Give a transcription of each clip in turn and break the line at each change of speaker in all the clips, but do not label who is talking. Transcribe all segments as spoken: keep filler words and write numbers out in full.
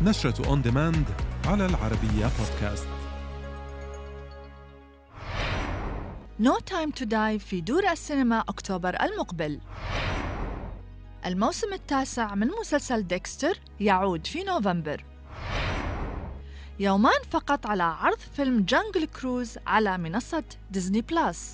نشرة أون ديماند على العربية بودكاست.
No Time to Die في دور السينما أكتوبر المقبل. الموسم التاسع من مسلسل ديكستر يعود في نوفمبر. يومان فقط على عرض فيلم جانجل كروز على منصة ديزني بلاس.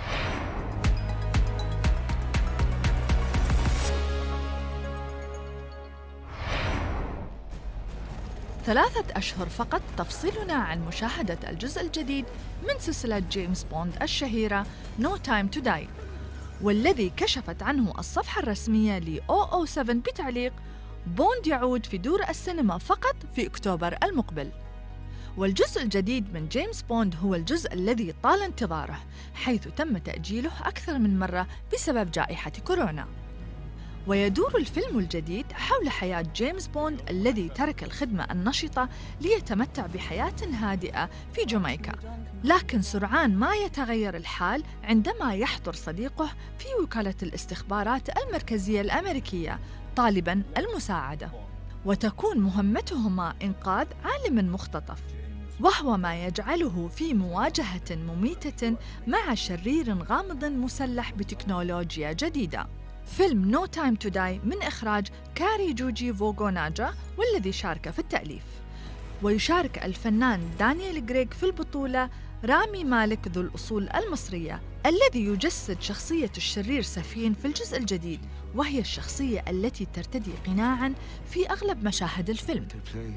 ثلاثة أشهر فقط تفصلنا عن مشاهدة الجزء الجديد من سلسلة جيمس بوند الشهيرة No Time to Die، والذي كشفت عنه الصفحة الرسمية ل أو أو سبعة بتعليق: بوند يعود في دور السينما فقط في أكتوبر المقبل. والجزء الجديد من جيمس بوند هو الجزء الذي طال انتظاره، حيث تم تأجيله أكثر من مرة بسبب جائحة كورونا. ويدور الفيلم الجديد حول حياة جيمس بوند الذي ترك الخدمة النشطة ليتمتع بحياة هادئة في جامايكا، لكن سرعان ما يتغير الحال عندما يحضر صديقه في وكالة الاستخبارات المركزية الأمريكية طالباً المساعدة، وتكون مهمتهما إنقاذ عالم مختطف، وهو ما يجعله في مواجهة مميتة مع شرير غامض مسلح بتكنولوجيا جديدة. فيلم No Time to Die من إخراج كاري جوجي فوغوناجا، والذي شارك في التأليف. ويشارك الفنان دانيال غريغ في البطولة رامي مالك ذو الأصول المصرية، الذي يجسد شخصية الشرير سفين في الجزء الجديد، وهي الشخصية التي ترتدي قناعاً في أغلب مشاهد الفيلم.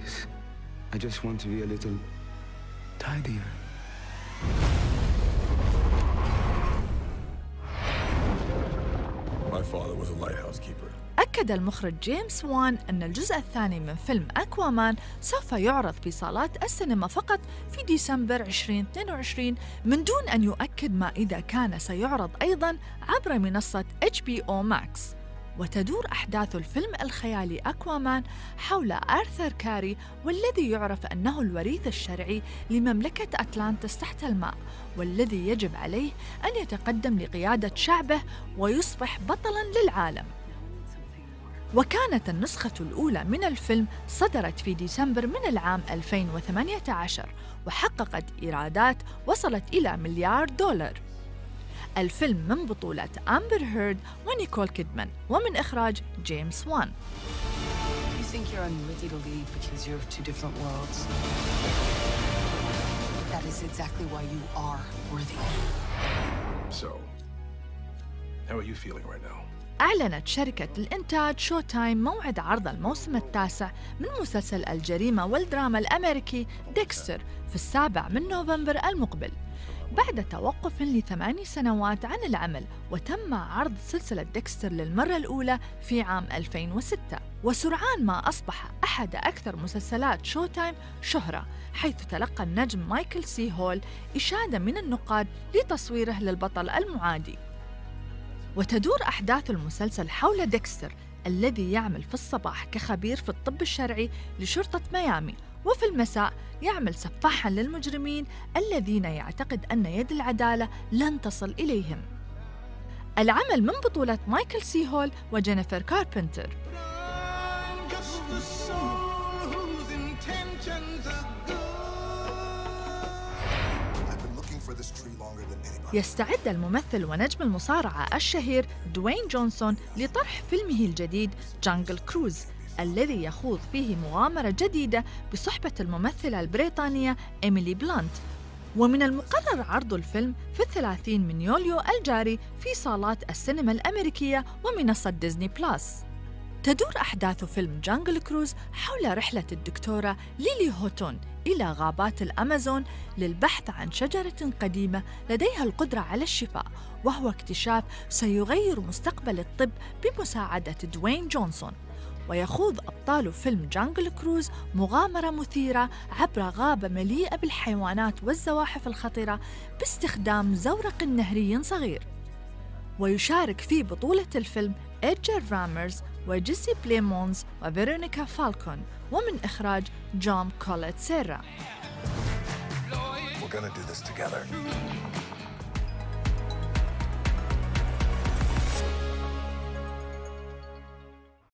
أكد المخرج جيمس وان أن الجزء الثاني من فيلم أكوامان سوف يعرض في صالات السينما فقط في ديسمبر ألفين واثنين وعشرين، من دون أن يؤكد ما إذا كان سيعرض أيضاً عبر منصة إتش بي أو ماكس. وتدور أحداث الفيلم الخيالي أكوامان حول آرثر كاري، والذي يعرف أنه الوريث الشرعي لمملكة أتلانتس تحت الماء، والذي يجب عليه أن يتقدم لقيادة شعبه ويصبح بطلاً للعالم. وكانت النسخة الأولى من الفيلم صدرت في ديسمبر من العام ألفين وثمانية عشر، وحققت إيرادات وصلت إلى مليار دولار. الفيلم من بطولة أمبر هيرد ونيكول كيدمان، ومن إخراج جيمس وان.
You think you're unworthy to lead because you're of two different worlds. That is exactly why you are worthy.
So, how are you feeling right now?
أعلنت شركة الإنتاج شو تايم موعد عرض الموسم التاسع من مسلسل الجريمة والدراما الأمريكي ديكستر في السابع من نوفمبر المقبل، بعد توقف لثماني سنوات عن العمل. وتم عرض سلسلة ديكستر للمرة الأولى في عام ألفين وستة، وسرعان ما أصبح أحد أكثر مسلسلات شو تايم شهرة، حيث تلقى النجم مايكل سي هول إشادة من النقاد لتصويره للبطل المعادي. وتدور أحداث المسلسل حول ديكستر الذي يعمل في الصباح كخبير في الطب الشرعي لشرطة ميامي، وفي المساء يعمل سفاحاً للمجرمين الذين يعتقد أن يد العدالة لن تصل إليهم. العمل من بطولة مايكل سي هول وجينيفر كاربنتر. يستعد الممثل ونجم المصارعة الشهير دوين جونسون لطرح فيلمه الجديد جانجل كروز، الذي يخوض فيه مغامرة جديدة بصحبة الممثلة البريطانية إيميلي بلانت. ومن المقرر عرض الفيلم في الثلاثين من يوليو الجاري في صالات السينما الأمريكية ومنصة ديزني بلاس. تدور أحداث فيلم جانجل كروز حول رحلة الدكتورة ليلي هوتون إلى غابات الأمازون للبحث عن شجرة قديمة لديها القدرة على الشفاء، وهو اكتشاف سيغير مستقبل الطب بمساعدة دوين جونسون. ويخوض أبطال فيلم جانجل كروز مغامرة مثيرة عبر غابة مليئة بالحيوانات والزواحف الخطرة باستخدام زورق نهري صغير. ويشارك في بطولة الفيلم إدجر رامرز وجيسي بليمونز وفيرونيكا فالكون، ومن إخراج جون كوليت سيرا.
We're gonna do this together.